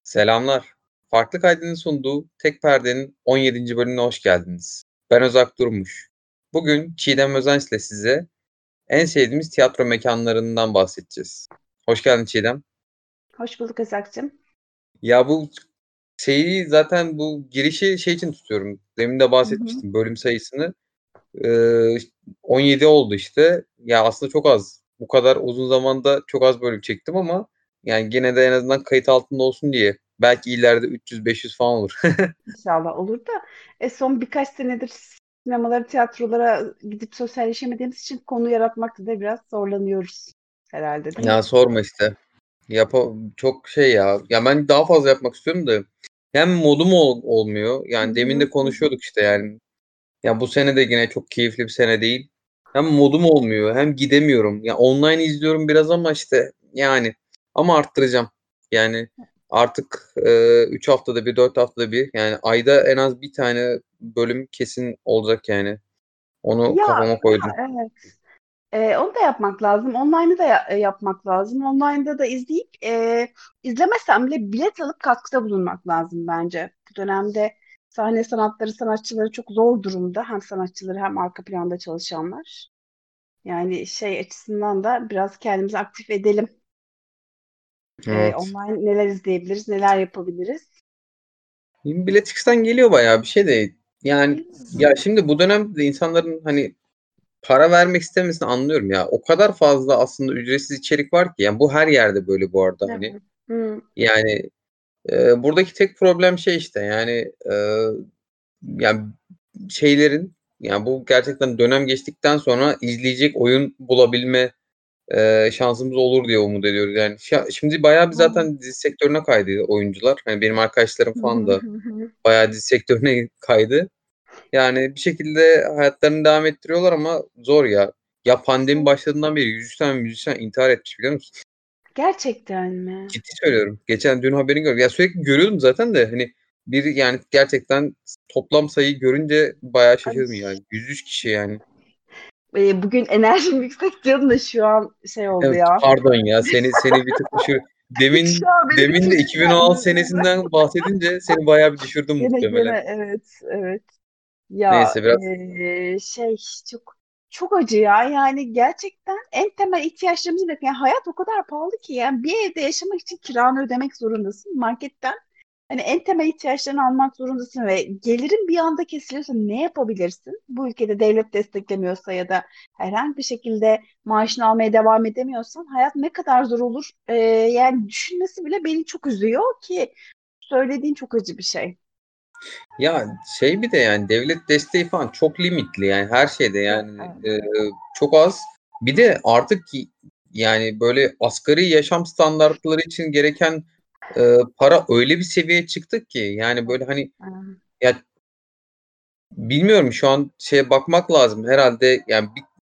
Selamlar. Farklı Kaydet'in sunduğu Tek Perde'nin 17. bölümüne hoş geldiniz. Ben Özak Durmuş. Bugün Çiğdem Özenç ile size en sevdiğimiz tiyatro mekanlarından bahsedeceğiz. Hoş geldin Çiğdem. Hoş bulduk Özak'cığım. Ya bu zaten bu girişi şey için tutuyorum. Demin de Hı hı. bahsetmiştim bölüm sayısını. Ee, 17 oldu işte. Ya aslında çok az. Bu kadar uzun zamanda çok az bölüm çektim ama yani gene de en azından kayıt altında olsun diye. Belki ileride 300-500 falan olur. İnşallah olur da. Son birkaç senedir sinemalara, tiyatrolara gidip sosyalleşemediğimiz için konu yaratmakta da biraz zorlanıyoruz herhalde, değil mi? Ya sorma işte. Çok şey ya. Ya ben daha fazla yapmak istiyorum da hem modum olmuyor. Hı Yani demin hı. de konuşuyorduk işte yani. Ya bu sene de yine çok keyifli bir sene değil. Hem modum olmuyor hem gidemiyorum. Ya online izliyorum biraz ama işte yani ama arttıracağım. Yani artık 3 haftada bir 4 haftada bir yani ayda en az bir tane bölüm kesin olacak yani. Onu Ya, kafama koydum. evet. Onu da yapmak lazım. Online'ı da yapmak lazım. Online'da da izleyip izlemesem bile bilet alıp katkıda bulunmak lazım bence. Bu dönemde sahne sanatları, sanatçıları çok zor durumda. Hem sanatçıları hem arka planda çalışanlar. Yani şey açısından da biraz kendimizi aktif edelim. Evet. Online neler izleyebiliriz, neler yapabiliriz? Biletix'ten geliyor bayağı bir şey de yani Geliyor. ya şimdi bu dönemde de insanların hani para vermek istemesini anlıyorum ya. O kadar fazla aslında ücretsiz içerik var ki yani bu her yerde böyle bu arada hani. Evet. Hı. Yani buradaki tek problem şey işte yani yani şeylerin yani bu gerçekten dönem geçtikten sonra izleyecek oyun bulabilme şansımız olur diye umut ediyoruz. Yani şimdi bayağı bir Hı. zaten dizi sektörüne kaydı oyuncular. Hani benim arkadaşlarım Hı falan hı da hı hı. bayağı dizi sektörüne kaydı. Yani bir şekilde hayatlarını devam ettiriyorlar ama zor ya. Ya pandemi başladığından beri 100 tane müzisyen intihar etmiş biliyor musun? Gerçekten mi? Ciddi söylüyorum. Dün haberini gördüm. Ya sürekli görüyordum zaten de hani bir yani gerçekten toplam sayıyı görünce bayağı Ay, şaşırdım yani. 103 kişi yani. bugün enerjim yüksek diyordum da şu an şey oldu Evet, ya. pardon ya seni bir tık düşür. Şu Demin an beni bir demin de 2016 sinirlendirdi. senesinden bahsedince seni bayağı bir düşürdüm muhtemelen. Gene evet, evet. Ya Neyse biraz şey çok çok acı ya. Yani gerçekten en temel ihtiyaçlarımızı bile yani hayat o kadar pahalı ki yani bir evde yaşamak için kiranı ödemek zorundasın. Marketten hani en temel ihtiyaçlarını almak zorundasın ve gelirin bir anda kesiliyorsa ne yapabilirsin? Bu ülkede devlet desteklemiyorsa ya da herhangi bir şekilde maaşını almaya devam edemiyorsan hayat ne kadar zor olur? Yani düşünmesi bile beni çok üzüyor ki söylediğin çok acı bir şey. ya şey bir de yani devlet desteği falan çok limitli yani her şeyde Çok yani evet. çok az. Bir de artık yani böyle asgari yaşam standartları için gereken para öyle bir seviyeye çıktık ki yani böyle hani Evet. ya bilmiyorum şu an şeye bakmak lazım herhalde yani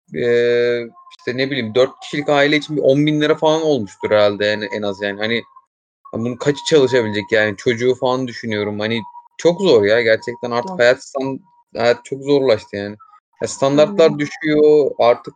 işte ne bileyim 4 kişilik aile için bir 10 bin lira falan olmuştur herhalde yani en az yani hani bunun kaçı çalışabilecek yani çocuğu falan düşünüyorum hani çok zor ya gerçekten artık Zor. hayat çok zorlaştı yani. Ya standartlar Aynen. düşüyor artık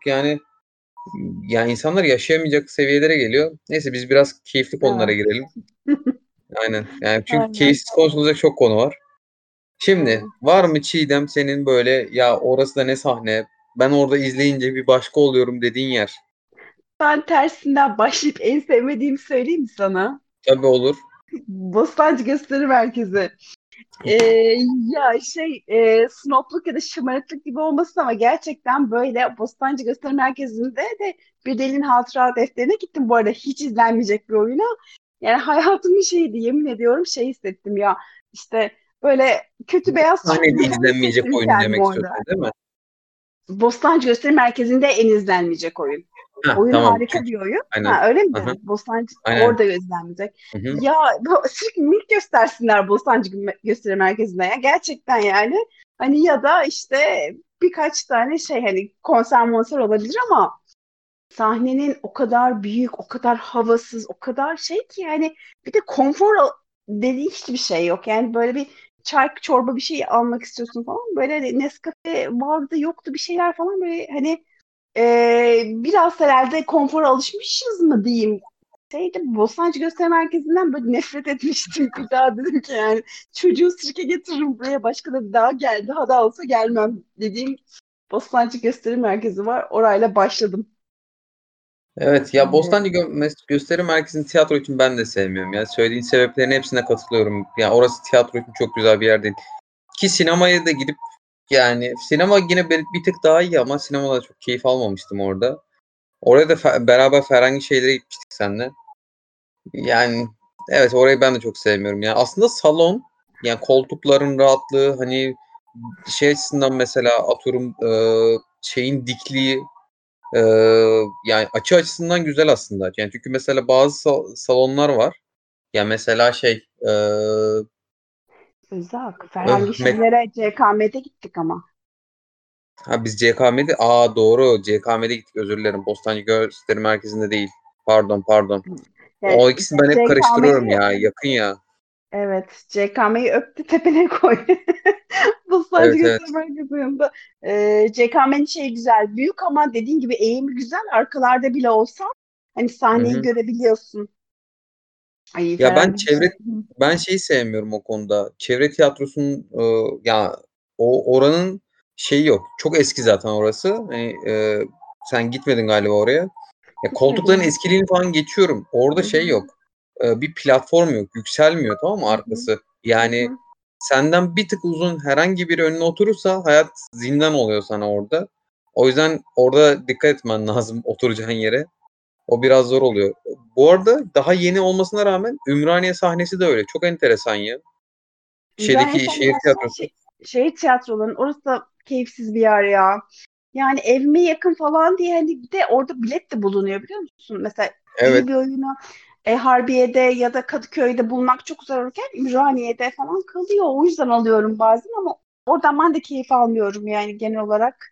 yani insanlar yaşayamayacak seviyelere geliyor. Neyse biz biraz keyifli konulara Evet. girelim. Aynen. Yani çünkü Aynen. keyifsiz konuşulacak çok konu var. Şimdi Evet. var mı Çiğdem senin böyle ya orası da ne sahne ben orada izleyince bir başka oluyorum dediğin yer? Ben tersinden başlayıp en sevmediğimi söyleyeyim mi sana? Tabii olur. Bostancı Gösteri Merkezi. Ee, ya şey snobluk ya da şımarıklık gibi olmasın ama gerçekten böyle Bostancı Gösteri Merkezi'nde de Bir Delinin Hatıra Defteri'ne gittim bu arada hiç izlenmeyecek bir oyuna. Yani hayatımın şeydi yemin ediyorum şey hissettim ya işte böyle kötü beyaz Sahnede çizgi gibi izlenmeyecek hissettim oyun kendimi demek orada. istiyorsun değil mi? Bostancı Gösteri Merkezi'nde en izlenmeyecek oyun. Ha Oyun tamam harika çünkü bir oyun. aynen. Ha öyle mi Aha, dedin? Bostancı aynen. orada izlenmeyecek. Hı hı. Ya sürekli mülk göstersinler Bostancı Gösteri Merkezi'nde ya. Gerçekten yani. Hani ya da işte birkaç tane şey hani konser olabilir ama sahnenin o kadar büyük, o kadar havasız, o kadar şey ki yani bir de dediği hiçbir şey yok. Yani böyle bir çay çorba bir şey almak istiyorsun falan. Böyle hani Nescafe vardı yoktu bir şeyler falan böyle hani biraz herhalde konfora alışmışız mı diyeyim. Bostancı Gösteri Merkezi'nden böyle nefret etmiştim. Bir daha dedim ki yani çocuğu sirke getiririm buraya, başka da bir daha daha da olsa gelmem dediğim Bostancı Gösteri Merkezi var. Orayla başladım. Evet ya, Ee, Gösteri Merkezi'nin tiyatro için ben de sevmiyorum. Yani söylediğin sebeplerin hepsine katılıyorum. Ya orası tiyatro için çok güzel bir yer değil. Ki sinemaya da gidip, yani sinema yine bir tık daha iyi ama sinemada çok keyif almamıştım orada. Oraya da beraber Ferhangi şeylere gitmiştik seninle. Yani evet, orayı ben de çok sevmiyorum. Yani aslında salon, yani koltukların rahatlığı, hani şey açısından mesela atıyorum, şeyin dikliği, e, yani açı açısından güzel aslında. Yani çünkü mesela bazı salonlar var. Ya mesela şey, Özak. Ferhangi Met şeylere CKM'de gittik ama. ha biz CKM'de, doğru, CKM'de gittik, özür dilerim. Bostancı Gösteri Merkezi'nde değil. Pardon. Yani O ikisini ben hep karıştırıyorum CKM'yi ya. Yakın ya. evet, CKM'yi öptü tepene koy. Bostancı Evet, evet. Gösteri Merkezi'nde. CKM'nin şeyi güzel. Büyük ama dediğin gibi eğimi güzel. Arkalarda bile olsan hani Hı sahneyi hı. görebiliyorsun. Ay Ya Ferhangi şey. ben şeyi sevmiyorum o konuda. Çevre tiyatrosunun, ya oranın şeyi yok. Çok eski zaten orası. Hani, sen gitmedin galiba oraya. Ya koltukların Gitmedim. eskiliğini falan geçiyorum. Hı Orada şey hı. yok. Bir platform yok. Yükselmiyor, tamam mı, Hı hı. arkası? Hı Yani hı. senden bir tık uzun herhangi biri önüne oturursa hayat zindan oluyor sana orada. O yüzden orada dikkat etmen lazım oturacağın yere. O biraz zor oluyor. Bu arada daha yeni olmasına rağmen Ümraniye sahnesi de öyle. Çok enteresan ya. Ümraniye Şeydeki şehir sahnesi tiyatrosu. şehir tiyatrolarının orası da keyifsiz bir yer ya. Yani evime yakın falan diye hani bir de orada bilet de bulunuyor biliyor musun? Mesela Evet. iyi bir oyunu Harbiye'de ya da Kadıköy'de bulmak çok zor olurken Ümraniye'de falan kalıyor. O yüzden alıyorum bazen ama oradan ben de keyif almıyorum yani genel olarak.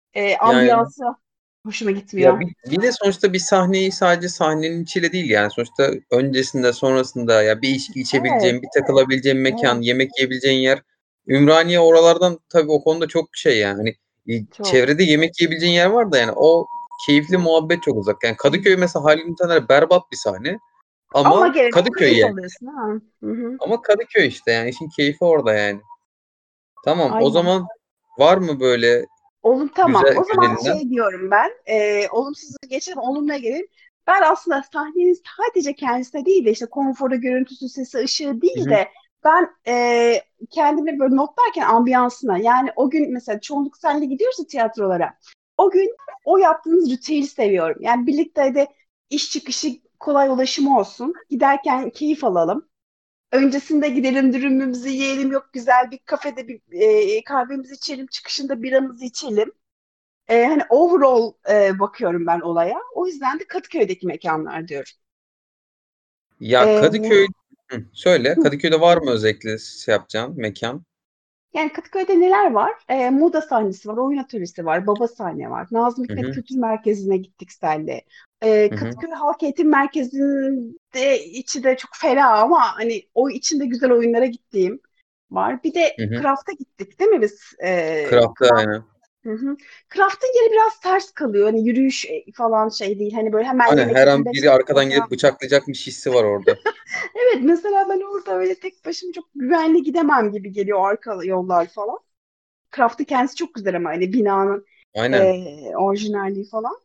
Yani Ambiyansı hoşuma ya gitmiyor. bir de sonuçta bir sahneyi sadece sahnenin içiyle değil, yani sonuçta öncesinde sonrasında ya bir içki Evet, içebileceğin, bir takılabileceğin mekan, evet. yemek yiyebileceğin yer. Ümraniye oralardan tabii o konuda çok şey yani. Hani, Çok. çevrede yemek yiyebileceğin yer var da yani o keyifli muhabbet çok uzak. Yani Kadıköy mesela, Halil İntaner berbat bir sahne Ama ama gene de Kadıköy keyif yani. alıyorsun ha. Hı hı. Ama Kadıköy işte, yani işin keyfi orada yani. Tamam, o Aynen. zaman var mı böyle Tamam. güzel O zaman güzelinden? diyorum ben. Olumsuzu geçelim, olumluya gelelim. Ben aslında sahnenin sadece kendisine değil de işte konforu, görüntüsü, sesi, ışığı Hı değil hı. de ben kendimi böyle notlarken ambiyansına yani o gün mesela çoğunluk seninle gidiyoruz ya tiyatrolara. O gün o yaptığınız ritüeli seviyorum. Yani birlikte de iş çıkışı kolay ulaşımı olsun. Giderken keyif alalım. Öncesinde gidelim dürümümüzü yiyelim. Yok güzel bir kafede bir kahvemizi içelim. Çıkışında biramızı içelim. Hani overall bakıyorum ben olaya. O yüzden de Kadıköy'deki mekanlar diyorum. Ya E, Kadıköy, söyle, Kadıköy'de var mı özellikle şey yapacağın mekan? Yani Kadıköy'de neler var? Moda sahnesi var, oyun atölyesi var, Baba sahne var. Nazım Hı Hikmet hı. Kültür Merkezi'ne gittik seninle. Hı hı. Kadıköy Halk Eğitim Merkezi'nde içi de çok ferah ama hani o içinde güzel oyunlara gittiğim var. Bir de Hı hı. Craft'a gittik değil mi biz? Craft'ta aynen. Hı hı. Craft'ın yeri biraz ters kalıyor. Hani yürüyüş falan şey değil. Hani böyle hemen Aynen, yemek her için an 5 biri dakika arkadan sonra. gelip bıçaklayacakmış hissi var orada. Evet mesela ben orada öyle tek başıma çok güvenli gidemem gibi geliyor arka yollar falan. Craft'ı kendisi çok güzel ama hani binanın Aynen. orijinalliği falan.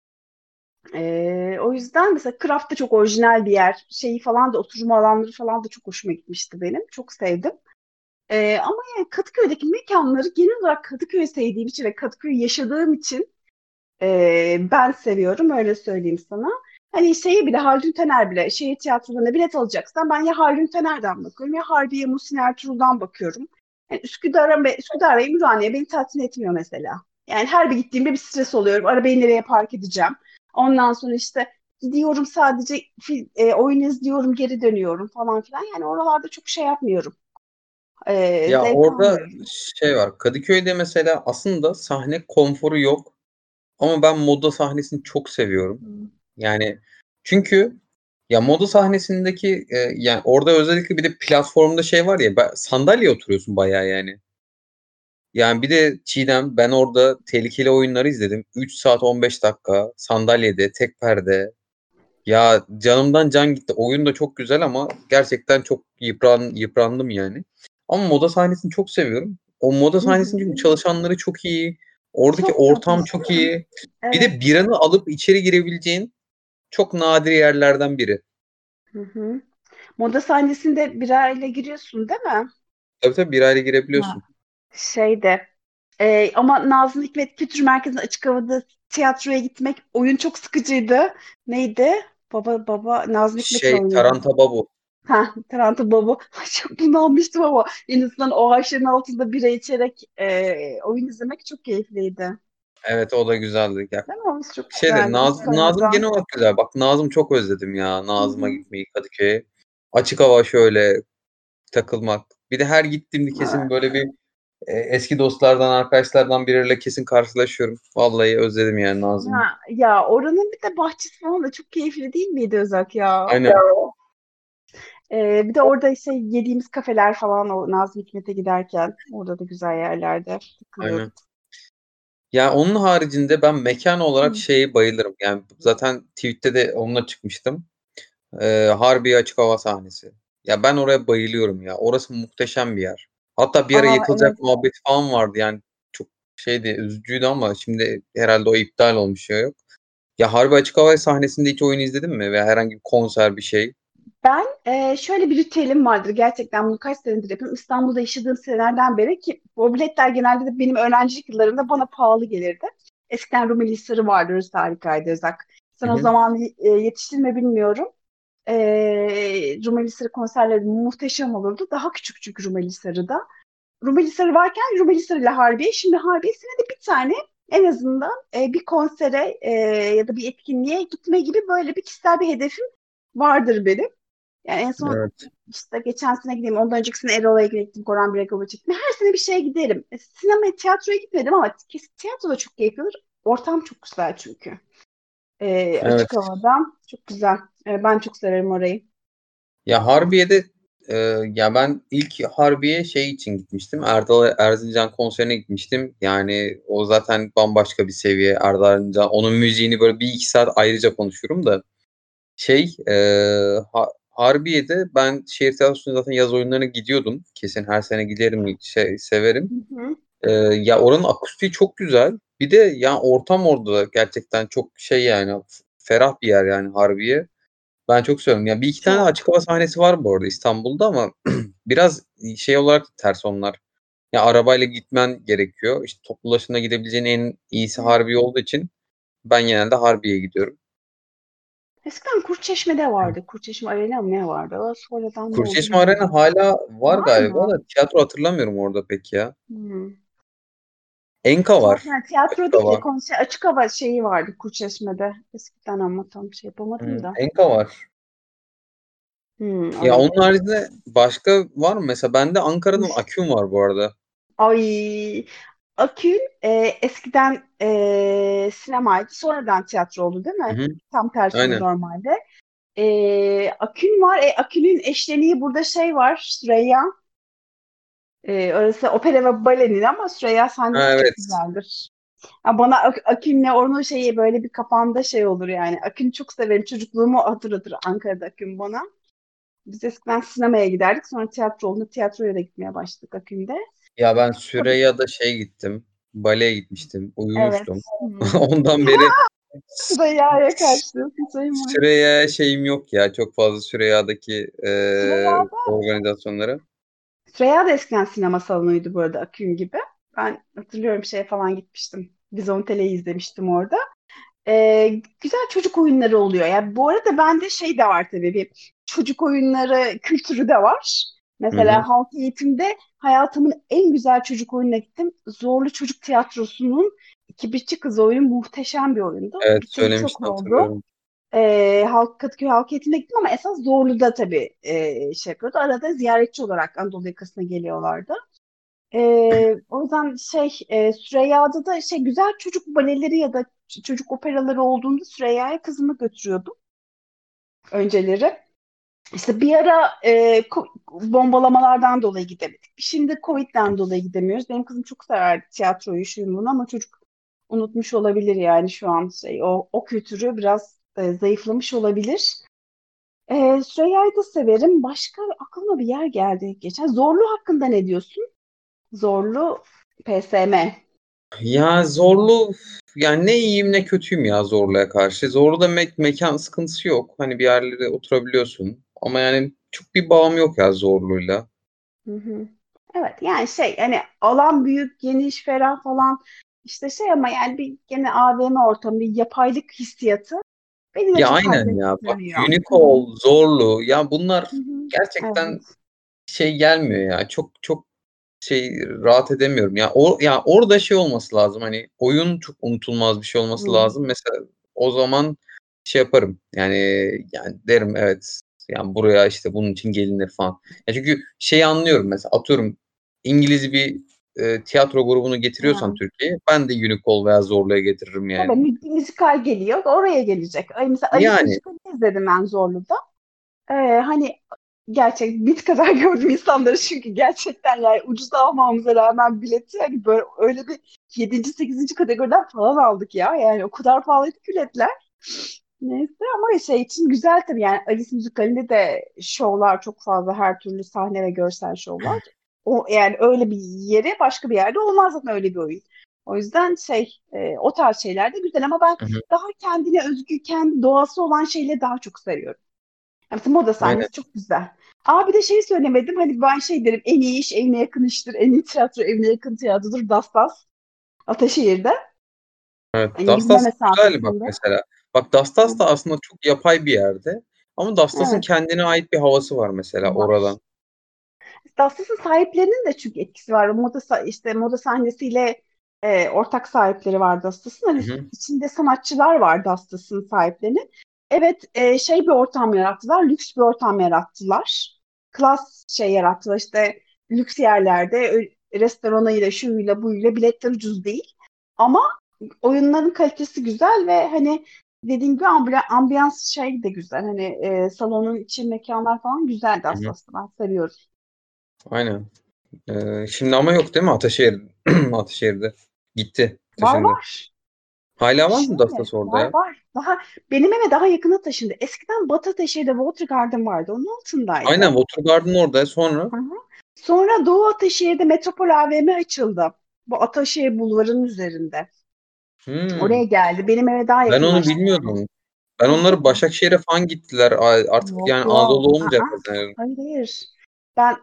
O yüzden mesela Craft da çok orijinal bir yer. Şeyi falan da oturma alanları falan da çok hoşuma gitmişti benim. Çok sevdim. Ama yani Kadıköy'deki mekanları genel olarak Kadıköy'ü sevdiğim için ve Kadıköy'ü yaşadığım için ben seviyorum öyle söyleyeyim sana. Hani şeyi bile Haldun Taner bile şehir tiyatrolarına bilet alacaksan ben ya Haldun Taner'den bakıyorum ya Harbiye Muhsin Ertuğrul'dan bakıyorum. Yani Üsküdar ve Ümraniye beni tatmin etmiyor mesela. Yani her bir gittiğimde bir stres oluyorum. Arabayı nereye park edeceğim? Ondan sonra işte gidiyorum sadece oyun izliyorum geri dönüyorum falan filan. Yani oralarda çok şey yapmıyorum. Ya Zevk orada almıyorum. şey var. Kadıköy'de mesela aslında sahne konforu yok. Ama ben moda sahnesini çok seviyorum. Hmm. Yani çünkü ya moda sahnesindeki, yani orada özellikle bir de platformda şey var ya, sandalyeye oturuyorsun bayağı yani. Yani bir de Çiğdem, ben orada tehlikeli oyunları izledim. 3 saat 15 dakika sandalyede tek perde. Ya canımdan can gitti. Oyun da çok güzel ama gerçekten çok yıprandım yani. Ama moda sahnesini çok seviyorum. O moda Hı hı. sahnesinin çünkü çalışanları çok iyi. Oradaki Çok ortam tatlı. çok iyi. Bir Evet. de biranı alıp içeri girebileceğin çok nadir yerlerden biri. Hı hı. Moda sahnesinde birayla giriyorsun değil mi? Tabii tabii bir aile Ha. girebiliyorsun. Şeyde. Ama Nazım Hikmet Kültür Merkezi'nde açık havada tiyatroya gitmek oyun çok sıkıcıydı. Neydi? Baba Nazım Hikmet'in oyunuydu. Taranta Babu. Ha, Tarantı Baba. Çok bunalmıştım ama en azından o ağaçların altında bira içerek oyun izlemek çok keyifliydi. Evet o da güzeldi. Ya, Değil mi? Orası çok şeyde güzeldi. Açık Nazım havada. genel olarak güzel. Bak Nazım çok özledim ya. Hı Nazım'a hı. gitmeyi Kadıköy'e. Açık hava şöyle takılmak. Bir de her gittiğimde kesin Evet. böyle bir eski dostlardan, arkadaşlardan biriyle kesin karşılaşıyorum. Vallahi özledim yani Nazım'ı. Ya oranın bir de bahçesi falan da çok keyifli değil miydi Özak ya? Aynen, Bir de orada işte yediğimiz kafeler falan o Nazım Hikmet'e giderken orada da güzel yerlerde aynen. takılıyorduk. Ya onun haricinde ben mekan olarak Hı. şeyi bayılırım. Yani zaten tweet'te de onunla çıkmıştım. Harbiye açık hava sahnesi. Ya ben oraya bayılıyorum ya. Orası muhteşem bir yer. Hatta bir ara Aa, yakılacak evet. muhabbet falan vardı. Yani çok şeydi, üzücüydü ama şimdi herhalde o iptal olmuş ya yok. Ya Harbi Açık Hava sahnesinde hiç oyun izledin mi? Veya herhangi bir konser bir şey? Ben şöyle bir ritüelim vardır gerçekten bunu kaç senedir yapıyorum. İstanbul'da yaşadığım senelerden beri ki o biletler genelde de benim öğrencilik yıllarımda bana pahalı gelirdi. Eskiden Rumeli Hisarı vardı, orası harikaydı Özak. Sen Hı o hı. zaman yetiştin mi bilmiyorum. Rumeli Hisarı konserleri muhteşem olurdu. Daha küçük çünkü Rumeli Hisarı'da. Rumeli Hisarı varken Rumeli Hisarı ile Harbiye. Şimdi Harbiye senede bir tane en azından bir konsere ya da bir etkinliğe gitme gibi böyle bir kişisel bir hedefim vardır benim. Yani en son Evet. işte geçen sene gideyim. Ondan önceki sene Erol'a gittim. Goran Bregov'a çektim. Her sene bir şeye giderim. Sinemaya, tiyatroya gitmedim ama kesin tiyatro da çok keyifli olur. Ortam çok güzel çünkü. Açık Evet. havada. Çok güzel. Ben çok severim orayı. Ya Harbiye'de e, ya ben ilk Harbiye şey için gitmiştim. Erdal Erzincan konserine gitmiştim. Yani o zaten bambaşka bir seviye Erdal Erzincan. Onun müziğini böyle bir iki saat ayrıca konuşurum da. Harbiye'de ben şehir tiyatrosuna zaten yaz oyunlarına gidiyordum. Kesin her sene giderim, severim. Hı hı. Ya oranın akustiği çok güzel. Bir de ya ortam orada da gerçekten çok şey yani ferah bir yer yani Harbiye. Ben çok seviyorum. Ya bir iki tane açık Çok. hava sahnesi var bu arada İstanbul'da ama biraz şey olarak ters onlar. Ya arabayla gitmen gerekiyor. İşte toplu ulaşımla gidebileceğin en iyisi Harbiye olduğu için ben genelde Harbiye'ye gidiyorum. Eskiden Kurçeşme'de vardı. Kurçeşme Arena mı ne vardı? O sonradan ne oldu Kurçeşme Arena bilmiyorum. hala var Var galiba mı? da tiyatro hatırlamıyorum orada pek ya. Hmm. Enka Tuhaf var. yani tiyatro Açık değil de hava. konser, açık hava şeyi vardı Kurçeşme'de. Eskiden ama tam şey yapamadım da. Enka var. Ya onun Olabilir. haricinde başka var mı? Mesela bende Ankara'nın Aküm var bu arada. Ay, Akül eskiden sinemaydı. Sonradan tiyatro oldu değil Hı mi? hı. Tam tersi oluyor Aynen. normalde. Akül var. Akül'ün eşleniği burada şey var. Süreyya. Orası opera ve balenin ama Süreyya Ha, sahnesi çok evet. güzeldir. Ya bana Akün'le onun şeyi böyle bir kafamda şey olur yani. Akün'ü çok severim. Çocukluğumu hatırlatır Ankara'da Akün bana. Biz eskiden sinemaya giderdik. Sonra tiyatro oldu. Tiyatroya da gitmeye başladık Akün'de. Ya ben Tabii. Süreyya'da gittim. Baleye gitmiştim. Uyumuştum. Evet. Hmm. Ondan beri Süreyya'ya karşı şeyim var. Süreyya'ya şeyim yok ya. Çok fazla Süreyya'daki Süreyya'da, organizasyonlara. Süreyya da eskiden sinema salonuydu bu arada Akün gibi. Ben hatırlıyorum şeye falan gitmiştim. Vizontele'yi izlemiştim orada. Güzel çocuk oyunları oluyor. Yani bu arada bende şey de var tabii bir çocuk oyunları kültürü de var. Hı hı. Mesela halk eğitimde hayatımın en güzel çocuk oyununa gittim. Zorlu Çocuk Tiyatrosu'nun Kibritçi Kız oyunu muhteşem bir oyundu. Evet Gittim çok söylemiştin oldu. hatırlıyorum. Kadıköy Halk Eğitim'e gittim ama esas Zorlu'da tabii şey yapıyordu. Arada ziyaretçi olarak Anadolu yakasına geliyorlardı. O yüzden Süreyya'da da şey güzel çocuk baleleri ya da çocuk operaları olduğunda Süreyya'ya kızımı götürüyordum önceleri. İşte bir ara bombalamalardan dolayı gidemedik. Şimdi Covid'den dolayı gidemiyoruz. Benim kızım çok severdi tiyatroyu, şunu bunu ama çocuk unutmuş olabilir yani şu an o kültürü biraz zayıflamış olabilir. Süreyya'yı da severim. Başka aklıma bir yer geldi geçen. Zorlu hakkında ne diyorsun? Zorlu PSM. Ya Zorlu, yani ne iyiyim ne kötüyüm ya Zorlu'ya karşı. Zorlu'da mekan sıkıntısı yok. Hani bir yerlere oturabiliyorsun. Ama yani çok bir bağım yok ya Zorlu'yla. Hı hı. Evet yani hani alan büyük, geniş, ferah falan işte ama yani bir gene AVM ortamı, bir yapaylık hissiyatı beni de Ya çok haz aynen ya. Bak ettirmiyor. Hı hı. Unicol, Zorlu ya bunlar Hı hı. gerçekten Evet. şey gelmiyor ya. Çok çok rahat edemiyorum. Ya orada şey olması lazım. Hani oyun çok unutulmaz bir şey olması Hı. lazım. Mesela o zaman şey yaparım. Yani derim evet. Yani buraya işte bunun için gelinir falan. Ya çünkü şeyi anlıyorum mesela atıyorum İngiliz bir tiyatro grubunu getiriyorsan Ha. Türkiye'ye ben de Unicol veya Zorlu'ya getiririm Tabii yani. müzikal geliyor, oraya gelecek. Ay, mesela Alice Yani müzikalini izledim ben Zorlu'da. Hani gerçek bit kadar gördüm insanları çünkü gerçekten yani ucuz almamıza rağmen bileti hani böyle öyle bir yedinci sekizinci kategoriden falan aldık ya. Yani o kadar pahalıydı ki biletler. Neyse ama için güzel tabii yani Alice müzikalinde de şovlar çok fazla, her türlü sahne ve görsel şovlar. O yani öyle bir yere başka bir yerde olmaz zaten öyle bir oyun. O yüzden o tarz şeyler de güzel ama ben hı hı, daha kendine özgü, kendi doğası olan şeyleri daha çok seviyorum. Mesela moda aynen. sahnesi çok güzel. Aa bir de söylemedim. Hani ben derim, en iyi iş evine yakın iştir. En iyi tiyatro evine yakın tiyatrodur. Das Ataşehir'de. Evet. Hani yürüme Dastas güzel bak mesafesinde. mesela. Bak Hı, Dastas da aslında çok yapay bir yerde. Ama Dastas'ın evet, kendine ait bir havası var mesela var. oradan. Dastas'ın sahiplerinin de çünkü etkisi var. Moda sahnesiyle ortak sahipleri var Dastas'ın. Hani Hı hı. içinde sanatçılar var Dastas'ın sahiplerinin. Evet, bir ortam yarattılar. Lüks bir ortam yarattılar. Klas yarattılar. İşte lüks yerlerde restoranıyla, şuyla, buyla biletler ucuz değil. Ama oyunların kalitesi güzel ve hani dediğim gibi ambiyans de güzel. Hani salonun içi mekanlar falan güzeldi Hı hı. aslında. Ben seviyorum. Aynen. Şimdi ama yok değil mi Ataşehir Ataşehir'de. Gitti, Var taşındı. var. Hala var mı Şöyle Dastas orada var ya? var. Benim eve daha yakına taşındı. Eskiden Batıateşehir'de Water Garden vardı. Onun altındaydı. Aynen Watergarden orada. Sonra Hı hı. Sonra Doğu Ataşehir'de Metropol AVM açıldı. Bu Ataşehir Bulvarı'nın üzerinde. hmm, Oraya geldi. Benim eve daha ben onu yakınlaştı yani. bilmiyordum. Ben Hı hı. onları Başakşehir'e falan gittiler. Artık Yok yani yok. Anadolu olunca Aa, kazanıyorum. hayır hayır. Ben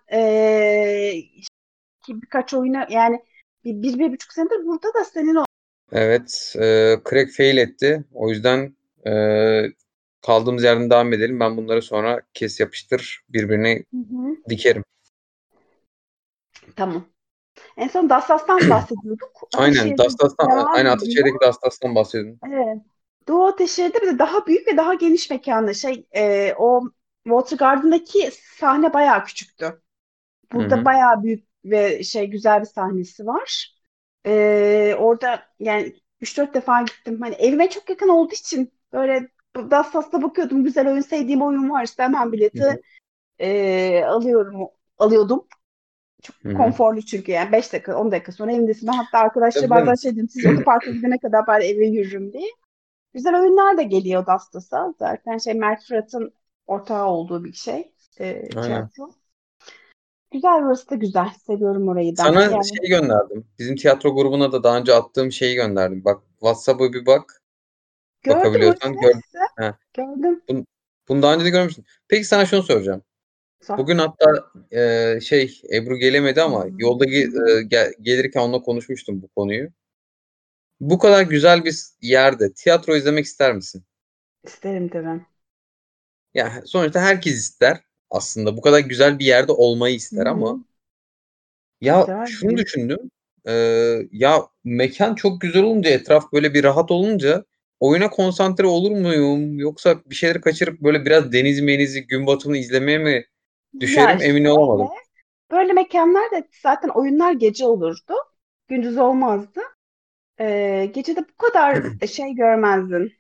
birkaç oyunu yani bir buçuk senedir burada da senin o. Evet. Crack fail etti. O yüzden e, kaldığımız yerden devam edelim. Ben bunları sonra kes yapıştır birbirine Hı hı. dikerim. Tamam. En son Dassas'tan bahsediyorduk. Aynen. Ataşehir'de devam Aynen ediyor. Ataşehir'deki Dastas'tan bahsedin. Evet. Doğu Ataşehir'de bir de daha büyük ve daha geniş mekanlı o Water Garden'daki sahne bayağı küçüktü. Hı Burada hı. bayağı büyük ve güzel bir sahnesi var. Orada yani üç dört defa gittim. Hani evime çok yakın olduğu için böyle Dassas'ta bakıyordum. Güzel oyun, sevdiğim oyun varsa hemen Hı bileti hı. alıyordum. Çok Hı hı. konforlu çünkü yani 5 dakika 10 dakika sonra evindesin. Ben hatta arkadaşlar Tabii bazen canım. dedim, siz otoparka gidene kadar bari eve yürürüm diye. Güzel oyunlar da geliyor Dastas'a. Zaten Mert Fırat'ın ortağı olduğu bir Aynen. tiyatro. Güzel, burası da güzel. Seviyorum orayı da. Sana Yani şey gönderdim. Bizim tiyatro grubuna da daha önce attığım şeyi gönderdim. Bak WhatsApp'a bir bak. gördüm Bakabiliyorsan orası gör. hepsi. He. Gördüm. Bunu daha önce de görmüştüm. Peki sana şunu soracağım. Sor. Bugün hatta Ebru gelemedi ama yolda Hı hı. gelirken onunla konuşmuştum bu konuyu. Bu kadar güzel bir yerde tiyatro izlemek ister misin? İsterim tabii. Ya sonuçta herkes ister aslında. Bu kadar güzel bir yerde olmayı Hı ister ama hı. ya şunu İsterdim. düşündüm. Ya mekan çok güzel olunca etraf böyle bir rahat olunca oyuna konsantre olur muyum? Yoksa bir şeyleri kaçırıp böyle biraz deniz menizi gün batımını izlemeye mi Ya düşerim emin olamadım. böyle mekanlarda zaten oyunlar gece olurdu. Gündüz olmazdı. Gece de bu kadar görmezdin.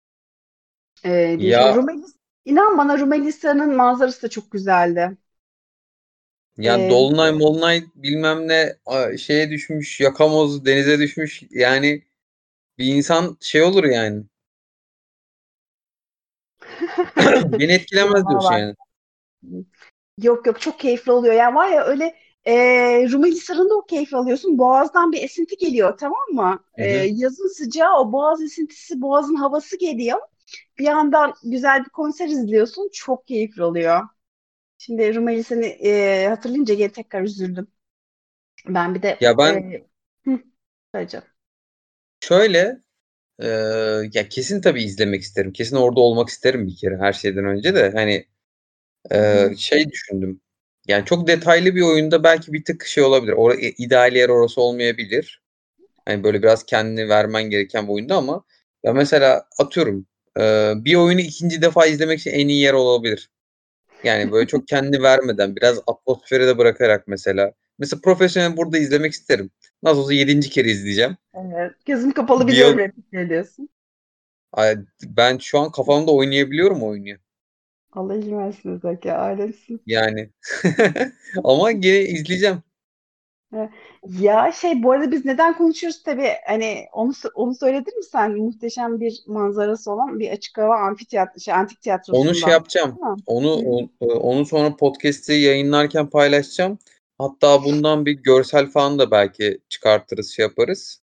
Ya İnan bana Rumelisa'nın manzarası da çok güzeldi. ya Ee, Dolunay Molunay bilmem ne şeye düşmüş, yakamoz denize düşmüş. Yani bir insan şey olur yani. Beni etkilemez Canavar diyorsun var. yani. Yok yok, çok keyifli oluyor. Yani var ya öyle, Rumeli Hisarı'nda o keyfi alıyorsun. Boğaz'dan bir esinti geliyor, tamam mı? Hı hı. Yazın sıcağı, o boğaz esintisi, boğazın havası geliyor. Bir yandan güzel bir konser izliyorsun. Çok keyifli oluyor. Şimdi Rumeli seni hatırlayınca gene tekrar üzüldüm. Ben bir de Ya ben hı, söyleyeceğim. şöyle, ya kesin tabii izlemek isterim. Kesin orada olmak isterim bir kere her şeyden önce de. Hani, Hı hı, şey düşündüm, yani çok detaylı bir oyunda belki bir tık şey olabilir. İdeal yer orası olmayabilir. Hani, böyle biraz kendini vermen gereken bir oyunda ama ya mesela atıyorum, bir oyunu 2. defa izlemek için en iyi yer olabilir. Yani, böyle, çok kendini vermeden, biraz atmosfere de bırakarak mesela. Mesela Professional'i burada izlemek isterim. Nasıl olsa 7. kere izleyeceğim. evet. Gözüm kapalı Bir biliyorum yıl replikleri diyorsun. Ben şu an kafamda oynayabiliyorum oyunu. Allah izin versin Zeki. Alemsin. Yani. Ama gene izleyeceğim. Evet. Ya şey, bu arada biz neden konuşuyoruz tabii, hani onu söyledin mi sen, muhteşem bir manzarası olan bir açık hava amfiteyatro, şey, antik Onu şey tiyatrosundan. yapacağım. Tamam. Onu Hı hı. onu sonra podcast'i yayınlarken paylaşacağım. Hatta bundan bir görsel falan da belki çıkartırız, şey yaparız.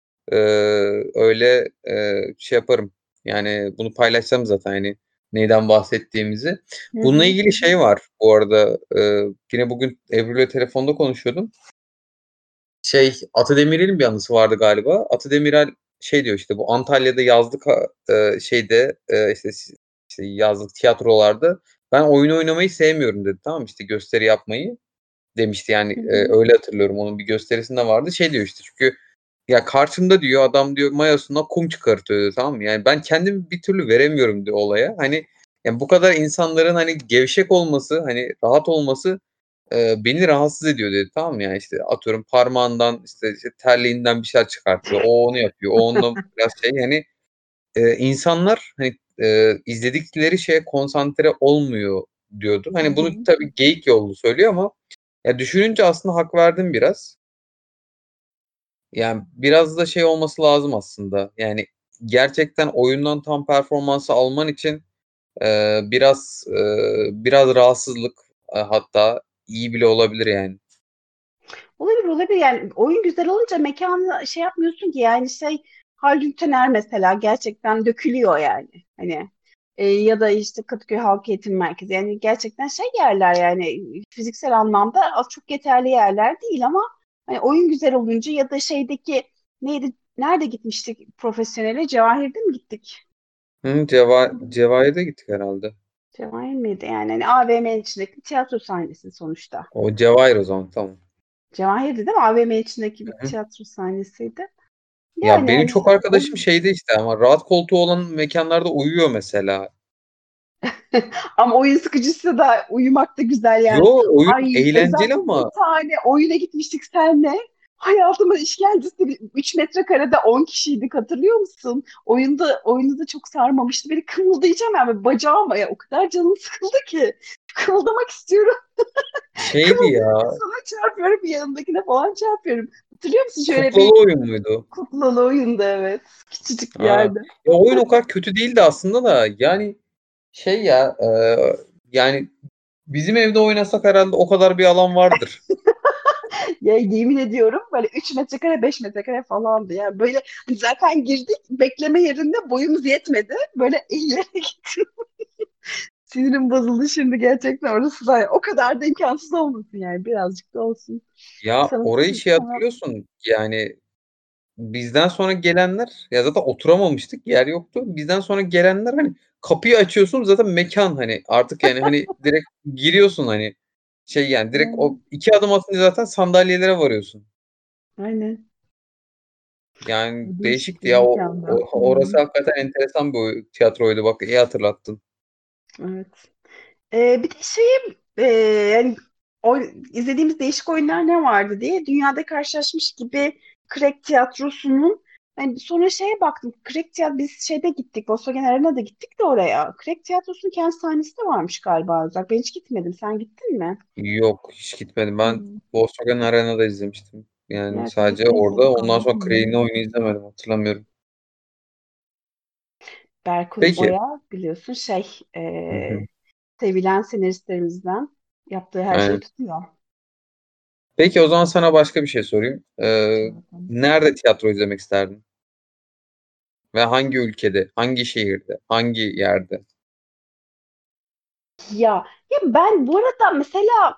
Öyle, şey yaparım. Yani bunu paylaşacağım zaten, hani, neyden bahsettiğimizi. Hı Bununla hı. ilgili şey var bu arada, yine bugün Ebru'yla telefonda konuşuyordum. Şey, Ata Demirer'in bir anısı vardı galiba. Ata Demirer şey diyor, işte, bu Antalya'da yazlık şeyde, işte, yazlık tiyatrolarda ben oyun oynamayı sevmiyorum dedi, tamam mı? İşte, gösteri yapmayı demişti yani, Hı hı. öyle hatırlıyorum. Onun bir gösterisinde vardı. Şey diyor, işte, çünkü ya, karşımda diyor adam diyor mayosundan kum çıkartıyor diyor, tamam mı? Yani ben kendimi bir türlü veremiyorum diyor olaya. Hani, yani bu kadar insanların, hani, gevşek olması, hani, rahat olması, beni rahatsız ediyor dedi, tamam mı? Yani, işte, atıyorum parmağından, işte, terliğinden bir şeyler çıkartıyor. O onu yapıyor. O onunla biraz şey, hani, insanlar, hani, izledikleri şeye konsantre olmuyor diyordu. Hı Hani, bunu hı. tabii geyik yollu söylüyor ama ya, düşününce aslında hak verdim biraz. Yani, biraz da şey olması lazım aslında, yani, gerçekten oyundan tam performansı alman için, biraz rahatsızlık, hatta iyi bile olabilir yani. Olabilir olabilir, yani oyun güzel olunca mekanı şey yapmıyorsun ki, yani şey, Haldun Taner mesela gerçekten dökülüyor yani, hani ya da işte Kadıköy Halk Eğitim Merkezi, yani gerçekten şey yerler, yani fiziksel anlamda az çok yeterli yerler değil, ama hani oyun güzel olunca, ya da şeydeki, neydi, nerede gitmiştik profesyonele, Cevahir'de mi gittik? Cevahir'de gittik herhâlde. Cevahir miydi, yani hani AVM'nin içindeki tiyatro sahnesi sonuçta. O Cevahir o zaman, tamam. Cevahir'di değil mi? AVM içindeki Hı bir hı. tiyatro sahnesiydi. Ya, Yani benim hani çok arkadaşım şeyde, işte, ama rahat koltuğu olan mekânlarda uyuyor mesela. ama oyun sıkıcısı da uyumak da güzel yani. Yo, oyun Ay eğlenceli özellikle bir ama tane oyuna gitmiştik senle. Hayatımın işkencesi, 3 metrekarede 10 kişiydik, hatırlıyor musun? Oyunu da çok sarmamıştı. Beni kımıldayacağım yani, bacağıma ya, o kadar canım sıkıldı ki. Kımıldamak istiyorum. şeydi Kımıldayıp bir ya, sana çarpıyorum, bir yanındakine falan çarpıyorum. Hatırlıyor musun, şöyle kuklalı bir oyun muydu? kuklalı oyunda, evet. Küçücük bir Ha. yerde. Ya, oyun o kadar kötü değildi aslında da, yani, şey ya, yani, bizim evde oynasak herhâlde o kadar bir alan vardır. Ya yemin ediyorum, böyle 3 metrekare 5 metrekare falandı ya. Böyle zaten girdik, bekleme yerinde boyumuz yetmedi. Böyle eğilerek gittim. Sinirim bozuldu şimdi gerçekten, orası da o kadar da imkansız olmasın yani, birazcık da olsun. Ya, Sana, orayı şey sana hatırlıyorsun, yani, bizden sonra gelenler ya zaten oturamamıştık, yer yoktu. Bizden sonra gelenler, hani, kapıyı açıyorsun zaten mekân, hani, artık, yani, hani, direkt giriyorsun, hani, şey, yani, direkt o aynen, 2 adım atınca zaten sandalyelere varıyorsun. aynen. Yani, Değişik değişikti bir ya. mekanda. Orası hakikaten enteresan bir tiyatroydu. Bak, iyi hatırlattın. Evet. Bir de yani izlediğimiz değişik oyunlar ne vardı diye dünyada karşılaşmış gibi, Crack Tiyatrosu'nun, hani sonra şeye baktım. Crack Tiyatro, biz şeyde gittik. Volkswagen Arena'da gittik de oraya. Crack Tiyatrosu'nun kendi sahnesi de varmış galiba. Uzak. Ben hiç gitmedim. Sen gittin mi? Yok, hiç gitmedim. Ben Hmm. Volkswagen Arena'da izlemiştim. Yani, Evet, biz sadece de orada. izledik Ondan orada. sonra Hmm. Crane'in oyunu izlemedim, hatırlamıyorum. Berkun Peki. Oya biliyorsun Hı hı. sevilen senaristlerimizden, yaptığı her şeyi Aynen. tutuyor. Peki o zaman sana başka bir şey sorayım. Sor bakalım. Nerede tiyatro izlemek isterdin? Ve hangi ülkede, hangi şehirde, hangi yerde? Ya ben bu arada mesela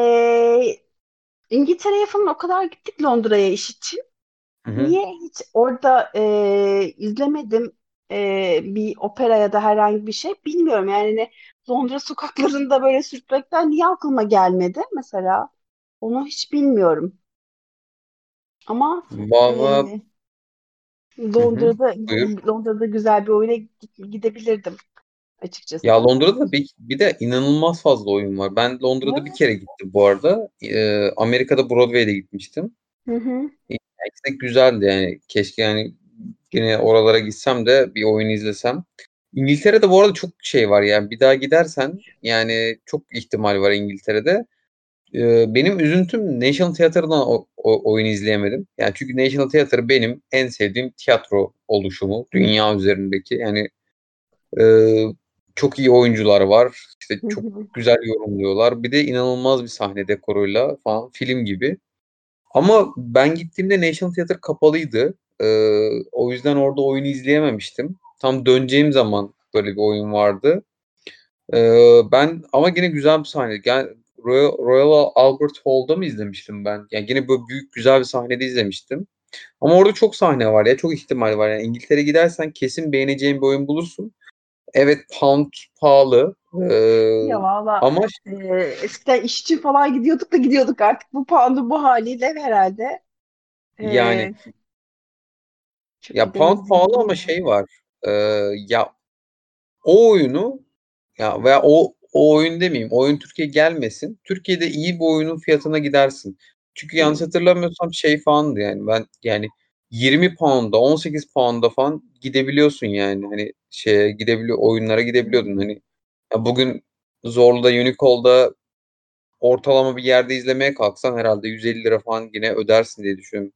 İngiltere'ye falan o kadar gittik, Londra'ya iş için. Hı hı. Niye hiç orada izlemedim bir opera ya da herhangi bir şey bilmiyorum. Yani Londra sokaklarında böyle sürtmekten niye aklıma gelmedi mesela? Onu hiç bilmiyorum. Ama Valla, e, hı hı. Londra'da Buyur. Londra'da güzel bir oyuna gidebilirdim Ya açıkçası. Londra'da bir de inanılmaz fazla oyun var. Ben Londra'da bir Evet. kere gittim bu arada. Amerika'da Broadway'de gitmiştim. Hı hı. Gerçekten güzeldi yani. Keşke yani yine oralara gitsem de bir oyun izlesem. İngiltere'de bu arada çok şey var yani. Bir daha gidersen yani çok ihtimal var İngiltere'de. Benim üzüntüm National Theatre'dan oyun izleyemedim. Yani çünkü National Theatre benim en sevdiğim tiyatro oluşumu dünya üzerindeki. Yani e, çok iyi oyuncular var. İşte Hı çok hı. güzel yorumluyorlar. Bir de inanılmaz bir sahne dekoruyla falan, film gibi. Ama ben gittiğimde National Theatre kapalıydı. O yüzden orada oyunu izleyememiştim. Tam döneceğim zaman böyle bir oyun vardı. Ben ama yine güzel bir sahne. Yani Royal Albert Hall'da mı izlemiştim ben? Yani yine böyle büyük güzel bir sahnede izlemiştim. Ama orada çok sahne var ya, çok ihtimal var. Yani İngiltere gidersen kesin beğeneceğin bir oyun bulursun. Evet, pound pahalı. Ya valla Ama eskiden iş için falan gidiyorduk da gidiyorduk, artık bu pahalı bu haliyle herhalde yani e, çok ya pound gidemeyiz gibi pahalı ama geliyor. şey var. Ee, Ya o oyunu, ya veya o oyun demeyeyim. O oyun Türkiye'ye gelmesin. Türkiye'de iyi bir oyunun fiyatına gidersin. Çünkü yanlış Hı. hatırlamıyorsam şey falandı yani, ben yani 20 pound'a 18 pound'a falan gidebiliyorsun yani, hani şeye gidebiliyor, oyunlara Hı gidebiliyordun hı. hani. Ya bugün Zorlu'da, Unicol'da ortalama bir yerde izlemeye kalksan herhalde 150 lira falan yine ödersin diye düşünüyorum.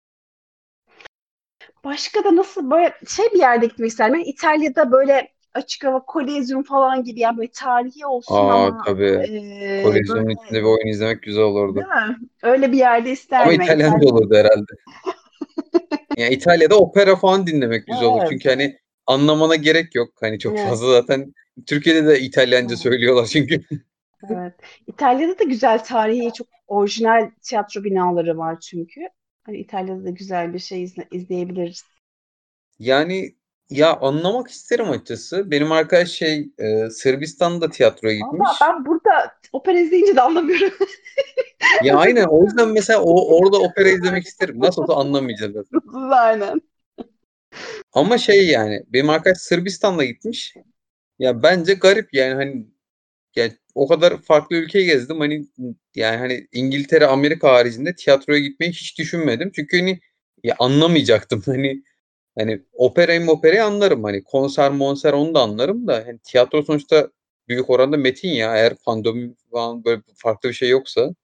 Başka da nasıl böyle bir yerde gitmek isterim. Yani İtalya'da böyle açık hava Kolezyum falan gibi, yani böyle tarihi olsun Aa, ama tabii. böyle, Kolezyonun içinde bir oyun izlemek güzel değil olurdu. mi? Öyle bir yerde Ama isterdim. Yani İtalyanca olurdu herhalde. Yani İtalya'da opera falan dinlemek güzel olur. Evet, Çünkü hani anlamana gerek yok. Hani çok evet, fazla zaten Türkiye'de de İtalyanca evet, söylüyorlar çünkü. evet. İtalya'da da güzel tarihi, çok orijinal tiyatro binaları var çünkü. Hani İtalya'da da güzel bir şey izleyebiliriz. Yani ya anlamak isterim açıkçası. Benim arkadaş Sırbistan'da tiyatroya Valla gitmiş. ben burada opera izleyince de anlamıyorum. Ya Nasıl aynen, o yüzden anlamıyorum? mesela orada opera izlemek isterim. Nasıl olsa anlamayacağız zaten. Aynen. Ama yani benim arkadaş Sırbistan'da gitmiş. Ya bence garip yani, hani yani o kadar farklı ülkeyi gezdim, hani yani hani İngiltere, Amerika haricinde tiyatroya gitmeyi hiç düşünmedim. Çünkü hani ya anlamayacaktım hani operayı anlarım, hani konser monser onu da anlarım da, hani tiyatro sonuçta büyük oranda metin ya, eğer pandemi falan böyle farklı bir şey yoksa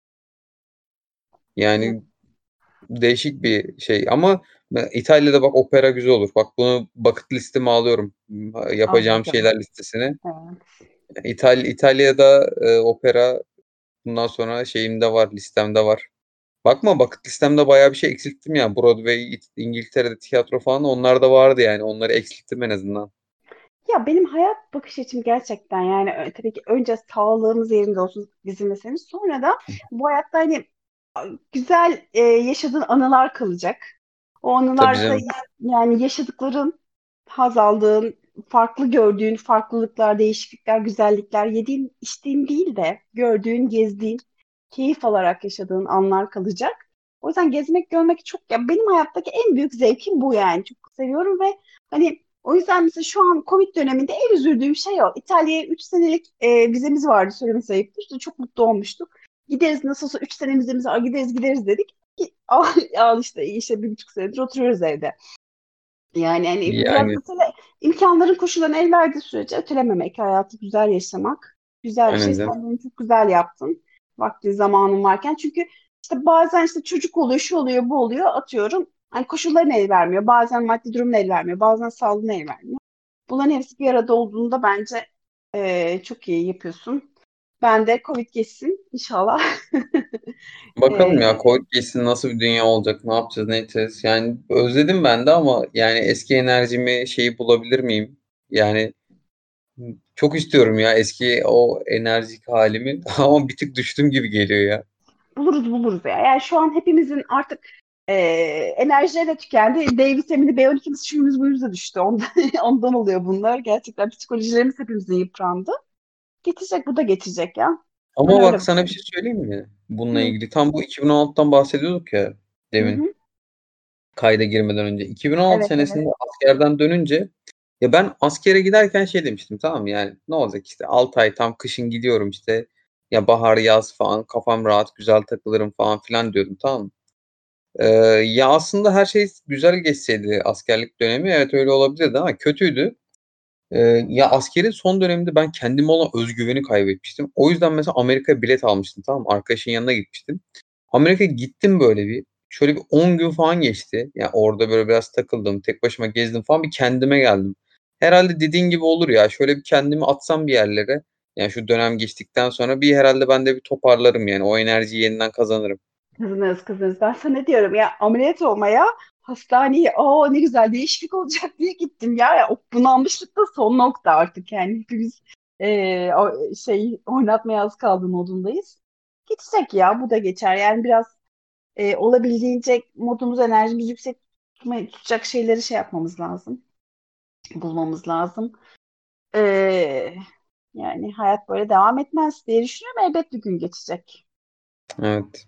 Evet. yani değişik bir şey. Ama İtalya'da bak opera güzel olur. Bak, bunu bucket listeme alıyorum. Al Yapacağım bakalım. şeyler listesine. Evet. İtalya'da opera bundan sonra şeyimde var, listemde var. Bakma, bucket listemde bayağı bir şey eksilttim ya. Broadway, İngiltere'de tiyatro falan, onlar da vardı yani. Onları eksilttim en azından. Ya benim hayat bakış açım gerçekten, yani tabii ki önce sağlığımız yerinde olsun bizim meselemiz. Sonra da bu hayatta hani güzel yaşadığın anılar kalacak. O Tabii anılar da, canım. yani yaşadıkların, haz aldığın, farklı gördüğün farklılıklar, değişiklikler, güzellikler, yediğin, içtiğin değil de gördüğün, gezdiğin, keyif alarak yaşadığın anlar kalacak. O yüzden gezmek, görmek çok, ya benim hayattaki en büyük zevkim bu yani. Çok seviyorum ve hani o yüzden mesela şu an Covid döneminde en üzüldüğüm şey o. İtalya'ya 3 senelik vizemiz vardı, söylemesi ayıptır. İşte çok mutlu olmuştuk. Gideriz, nasıl olsa 3 sene vizemiz var, gideriz gideriz dedik. Al, al işte, iyi işte 1,5 senedir oturuyoruz evde. Yani hani biraz Yani mesela imkanların, koşulların el verdiği sürece ötelememek, hayatı güzel yaşamak güzel bir şey. aynen canım. Sen bunu çok güzel yaptın. Vakti zamanın varken. Çünkü işte bazen işte çocuk oluyor, şu oluyor, bu oluyor, atıyorum. Hani koşulların el vermiyor. Bazen maddi durum el vermiyor. Bazen sağlığın el vermiyor. Bunların hepsi bir arada olduğunda bence çok iyi yapıyorsun. Ben de Covid geçsin inşallah. Bakalım ya, E, Covid geçsin, nasıl bir dünya olacak, ne yapacağız, ne edeceğiz. Yani özledim ben de ama yani eski enerjimi, şeyi bulabilir miyim? Yani çok istiyorum ya eski o enerjik halimi ama bir tık düştüm gibi geliyor ya. buluruz ya. Yani şu an hepimizin artık e, enerjileri de tükendi. D vitamini, B12'miz, şuyumuz buyumuz da düştü. Ondan, ondan oluyor bunlar. Gerçekten psikolojilerimiz hepimizin yıprandı. Geçecek, bu da geçecek ya. Ben Ama öyle bak, sana bir bakıyorum. şey söyleyeyim mi? Bununla Hı, ilgili tam bu 2016'dan bahsediyorduk ya hı, demin, hı. kayda girmeden önce. 2016 Evet, evet. senesinde askerden dönünce, ya ben askere giderken şey demiştim, tamam mı? Yani ne olacak işte, 6 ay tam kışın gidiyorum işte, ya bahar yaz falan kafam rahat, güzel takılırım falan filan diyordum, tamam mı? Ee, Ya aslında her şey güzel geçseydi askerlik dönemi, evet öyle olabilirdi ama kötüydü. Ya askerin son döneminde ben kendime olan özgüveni kaybetmiştim. O yüzden mesela Amerika'ya bilet almıştım, tamam mı? Arkadaşın yanına gitmiştim. Amerika'ya gittim, böyle bir şöyle bir 10 gün falan geçti. Yani orada böyle biraz takıldım, tek başıma gezdim falan, bir kendime geldim. Herhalde dediğin gibi olur ya. Şöyle bir kendimi atsam bir yerlere. Yani şu dönem geçtikten sonra bir herhalde ben de bir toparlarım yani. O enerjiyi yeniden kazanırım. Kızınız. Ben sana ne diyorum ya, ameliyat olmaya hastaneye, ne güzel değişiklik olacak diye gittim ya. O bunalmışlık da son nokta artık yani. Hepimiz oynatmaya az kaldı modundayız. Geçecek ya, bu da geçer. Yani biraz olabildiğince modumuz, enerjimiz yüksek tutacak şeyleri şey yapmamız lazım. Bulmamız lazım. E, Yani hayat böyle devam etmez diye düşünüyorum. Elbet bir gün geçecek. Evet.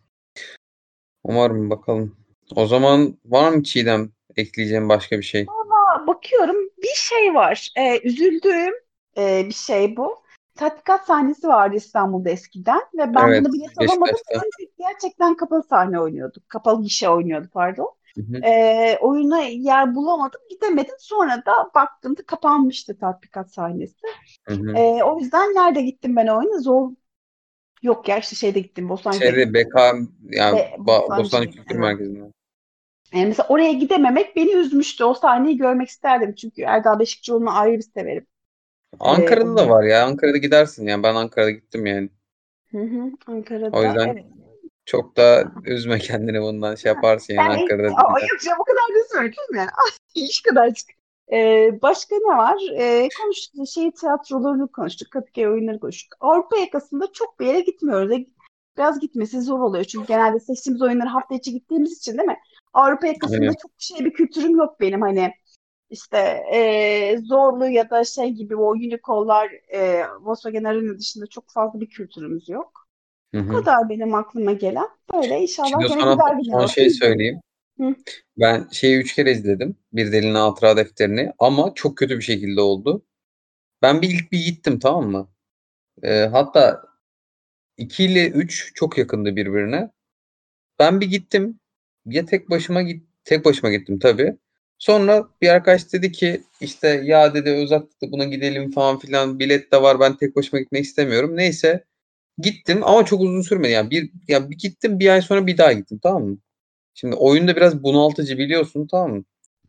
Umarım, bakalım. O zaman var mı Çiğdem ekleyeceğim başka bir şey? Bakıyorum bir şey var. Üzüldüğüm bir şey bu. Tatbikat sahnesi vardı İstanbul'da eskiden ve ben Evet, bunu bilet alamadım Beşiktaş'ta. çünkü gerçekten kapalı sahne oynuyorduk. Kapalı gişe oynuyorduk, pardon. Hı hı, Oyuna yer bulamadım, gidemedim. Sonra da baktığımda kapanmıştı tatbikat sahnesi. hı hı. O yüzden nerede gittim ben oyuna? Zor, yok ya, işte şeyde gittim, Bostancı'da Şeyde gittim. BK, yani Bostancı Bostancı'daydım, Kültür evet. Merkezi'nde. Mesela oraya gidememek beni üzmüştü. O sahneyi görmek isterdim çünkü Erdal Beşikçioğlu'nu ayrı bir severim. Ankara'da da Oyun. var ya. Ankara'da gidersin yani. Ben Ankara'da gittim yani. Hı hı, O Ankara'da, yüzden evet. çok da üzme kendini, bundan şey yaparsın yani, Yani Ankara'da gider. yok canım, o kadar da söyleyeyim yani. İş kadarcık. Başka ne var? Konuştuk, tiyatrolarını konuştuk. Kadıköy oyunları konuştuk. Avrupa yakasında çok bir yere gitmiyoruz. Biraz gitmesi zor oluyor. Çünkü genelde seçtiğimiz oyunları hafta içi gittiğimiz için, değil mi? Avrupa yakasında Aynen. çok bir kültürüm yok benim. Hani işte Zorlu ya da şey gibi o Unicol'lar, Volkswagen Arena dışında çok fazla bir kültürümüz yok. Hı Bu hı. kadar benim aklıma gelen. Böyle inşallah Şimdi gene sana güzel günler son olur. şey söyleyeyim. Hı. Ben şeyi 3 kere izledim. Bir Delinin Hatıra Defterini, ama çok kötü bir şekilde oldu. Ben ilk bir gittim, tamam mı? Hatta 2 ile 3 çok yakındı birbirine. Ben bir gittim. Ya tek başıma gittim tabii. Sonra bir arkadaş dedi ki işte, ya dedi, uzattık buna gidelim falan filan. Bilet de var. Ben tek başıma gitmek istemiyorum. Neyse gittim ama çok uzun sürmedi. Yani bir gittim, bir ay sonra bir daha gittim, tamam mı? Şimdi oyunda biraz bunaltıcı, biliyorsun, tamam mı?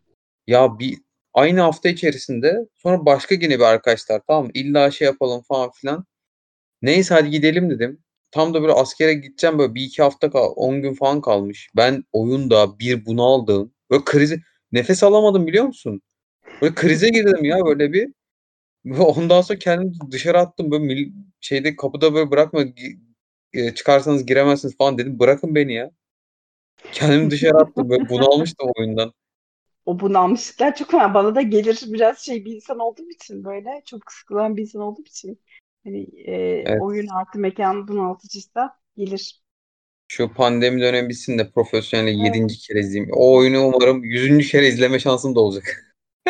Ya aynı hafta içerisinde sonra başka yine bir arkadaşlar, tamam mı? İlla şey yapalım falan filan. Neyse hadi gidelim dedim. Tam da böyle askere gideceğim, böyle bir iki hafta 10 gün falan kalmış. Ben oyunda bir bunaldım. Böyle nefes alamadım, biliyor musun? Böyle krize girdim ya, böyle bir. Ve ondan sonra kendimi dışarı attım. Böyle şeyde kapıda böyle, bırakma çıkarsanız giremezsiniz falan dedim. Bırakın beni ya. Kendimi dışarı attım. Böyle bunalmıştım oyundan. O bunalmışlıklar çok önemli. Bana da gelir, biraz bir insan olduğum için, böyle çok sıkılan bir insan olduğum için. Hani oyun Evet. artı mekan bunaltıcıysa gelir. Şu pandemi dönemi bitsin de profesyonel Evet. 7. kere izleyeyim. O oyunu umarım 100. kere izleme şansım da olacak.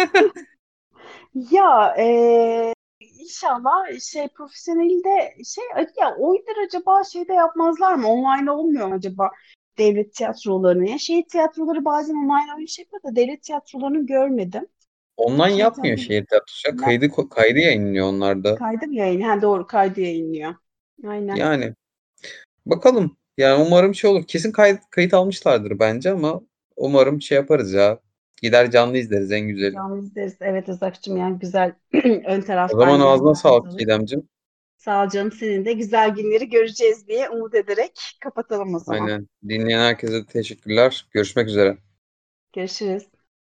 Ya inşallah profesyonelde ya oyunlar acaba şeyde yapmazlar mı? Online olmuyor mu acaba devlet tiyatrolarını? Ya tiyatroları bazen online oyun yapıyor da devlet tiyatrolarını görmedim. Online Şehir yapmıyor tiyatroları şehir tiyatrosu ya. yap, Kaydı yayınlıyor onlar da. kaydı mı yayın? Ha, doğru, kaydı yayınlıyor. Aynen. Yani bakalım. Yani umarım şey olur. Kesin kayıt almışlardır bence ama umarım şey yaparız ya. Gider canlı izleriz en güzeli. Canlı izleriz. Evet Özak'cığım, yani güzel ön O taraftan zaman ağzına görüntüler sağlık alır. Çiğdemciğim. Sağ ol canım, senin de güzel günleri göreceğiz diye umut ederek kapatalım o zaman. Aynen. Dinleyen herkese teşekkürler. Görüşmek üzere. Görüşürüz.